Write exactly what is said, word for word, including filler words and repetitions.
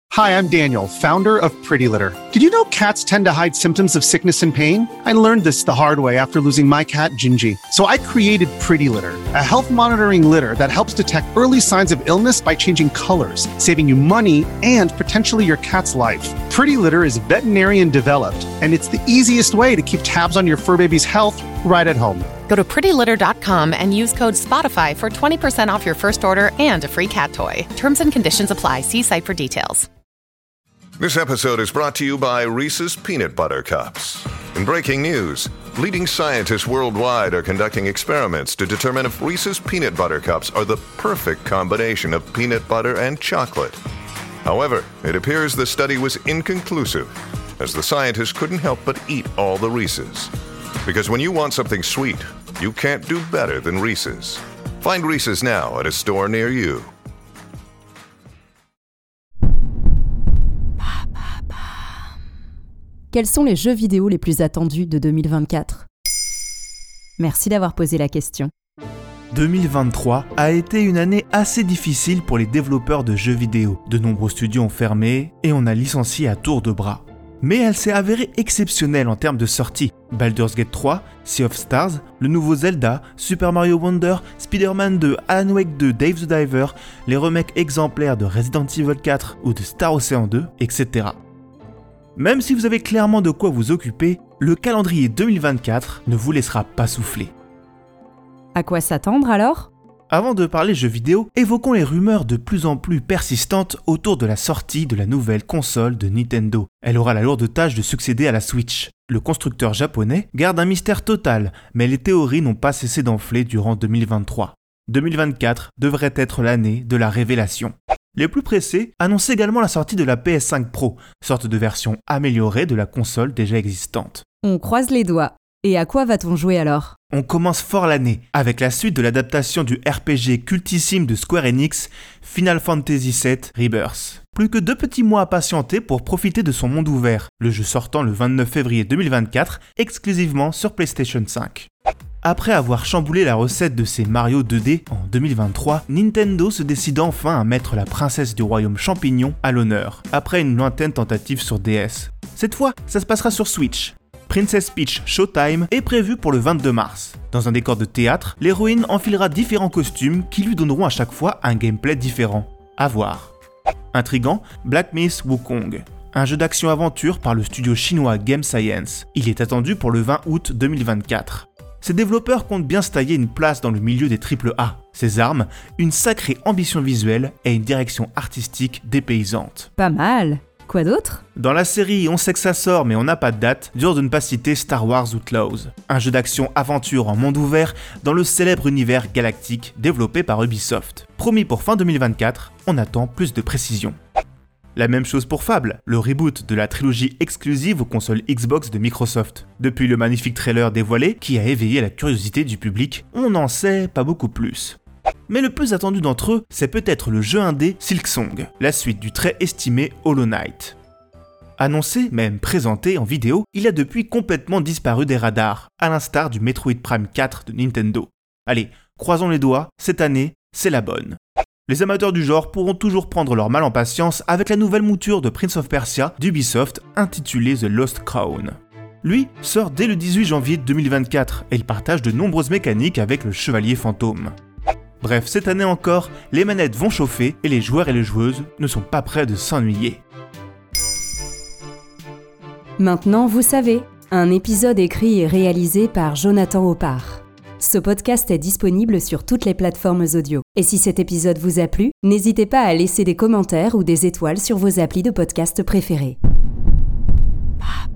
Hi, I'm Daniel, founder of Pretty Litter. Did you know cats tend to hide symptoms of sickness and pain? I learned this the hard way after losing my cat, Gingy. So I created Pretty Litter, a health monitoring litter that helps detect early signs of illness by changing colors, saving you money and potentially your cat's life. Pretty Litter is veterinarian developed, and it's the easiest way to keep tabs on your fur baby's health right at home. Go to pretty litter dot com and use code SPOTIFY for twenty percent off your first order and a free cat toy. Terms and conditions apply. See site for details. This episode is brought to you by Reese's Peanut Butter Cups. In breaking news, leading scientists worldwide are conducting experiments to determine if Reese's Peanut Butter Cups are the perfect combination of peanut butter and chocolate. However, it appears the study was inconclusive, as the scientists couldn't help but eat all the Reese's. Because when you want something sweet, you can't do better than Reese's. Find Reese's now at a store near you. Quels sont les jeux vidéo les plus attendus de deux mille vingt-quatre ? Merci d'avoir posé la question. deux mille vingt-trois a été une année assez difficile pour les développeurs de jeux vidéo. De nombreux studios ont fermé et on a licencié à tour de bras. Mais elle s'est avérée exceptionnelle en termes de sorties. Baldur's Gate trois, Sea of Stars, le nouveau Zelda, Super Mario Wonder, Spider-Man deux, Alan Wake deux, Dave the Diver, les remakes exemplaires de Resident Evil quatre ou de Star Ocean deux, et cetera. Même si vous avez clairement de quoi vous occuper, le calendrier deux mille vingt-quatre ne vous laissera pas souffler. À quoi s'attendre alors ? Avant de parler jeux vidéo, évoquons les rumeurs de plus en plus persistantes autour de la sortie de la nouvelle console de Nintendo. Elle aura la lourde tâche de succéder à la Switch. Le constructeur japonais garde un mystère total, mais les théories n'ont pas cessé d'enfler durant deux mille vingt-trois. deux mille vingt-quatre devrait être l'année de la révélation. Les plus pressés annoncent également la sortie de la P S cinq Pro, sorte de version améliorée de la console déjà existante. On croise les doigts. Et à quoi va-t-on jouer alors ? On commence fort l'année, avec la suite de l'adaptation du R P G cultissime de Square Enix, Final Fantasy sept Rebirth. Plus que deux petits mois à patienter pour profiter de son monde ouvert, le jeu sortant le vingt-neuf février deux mille vingt-quatre, exclusivement sur PlayStation cinq. Après avoir chamboulé la recette de ses Mario deux D en deux mille vingt-trois, Nintendo se décide enfin à mettre la princesse du royaume champignon à l'honneur, après une lointaine tentative sur D S. Cette fois, ça se passera sur Switch. Princess Peach Showtime est prévu pour le vingt-deux mars. Dans un décor de théâtre, l'héroïne enfilera différents costumes qui lui donneront à chaque fois un gameplay différent. À voir. Intriguant, Black Myth Wukong. Un jeu d'action-aventure par le studio chinois Game Science. Il est attendu pour le vingt août deux mille vingt-quatre. Ces développeurs comptent bien se tailler une place dans le milieu des triple A. Ses armes, une sacrée ambition visuelle et une direction artistique dépaysante. Pas mal. Quoi d'autre ? Dans la série On sait que ça sort mais on n'a pas de date, dur de ne pas citer Star Wars Outlaws, un jeu d'action-aventure en monde ouvert dans le célèbre univers galactique développé par Ubisoft. Promis pour fin deux mille vingt-quatre, on attend plus de précision. La même chose pour Fable, le reboot de la trilogie exclusive aux consoles Xbox de Microsoft. Depuis le magnifique trailer dévoilé qui a éveillé la curiosité du public, on n'en sait pas beaucoup plus. Mais le plus attendu d'entre eux, c'est peut-être le jeu indé Silksong, la suite du très estimé Hollow Knight. Annoncé, même présenté en vidéo, il a depuis complètement disparu des radars, à l'instar du Metroid Prime quatre de Nintendo. Allez, croisons les doigts, cette année, c'est la bonne. Les amateurs du genre pourront toujours prendre leur mal en patience avec la nouvelle mouture de Prince of Persia d'Ubisoft intitulée The Lost Crown. Lui sort dès le dix-huit janvier deux mille vingt-quatre et il partage de nombreuses mécaniques avec le Chevalier Fantôme. Bref, cette année encore, les manettes vont chauffer et les joueurs et les joueuses ne sont pas prêts de s'ennuyer. Maintenant, vous savez, un épisode écrit et réalisé par Jonathan Oppard. Ce podcast est disponible sur toutes les plateformes audio. Et si cet épisode vous a plu, n'hésitez pas à laisser des commentaires ou des étoiles sur vos applis de podcast préférés.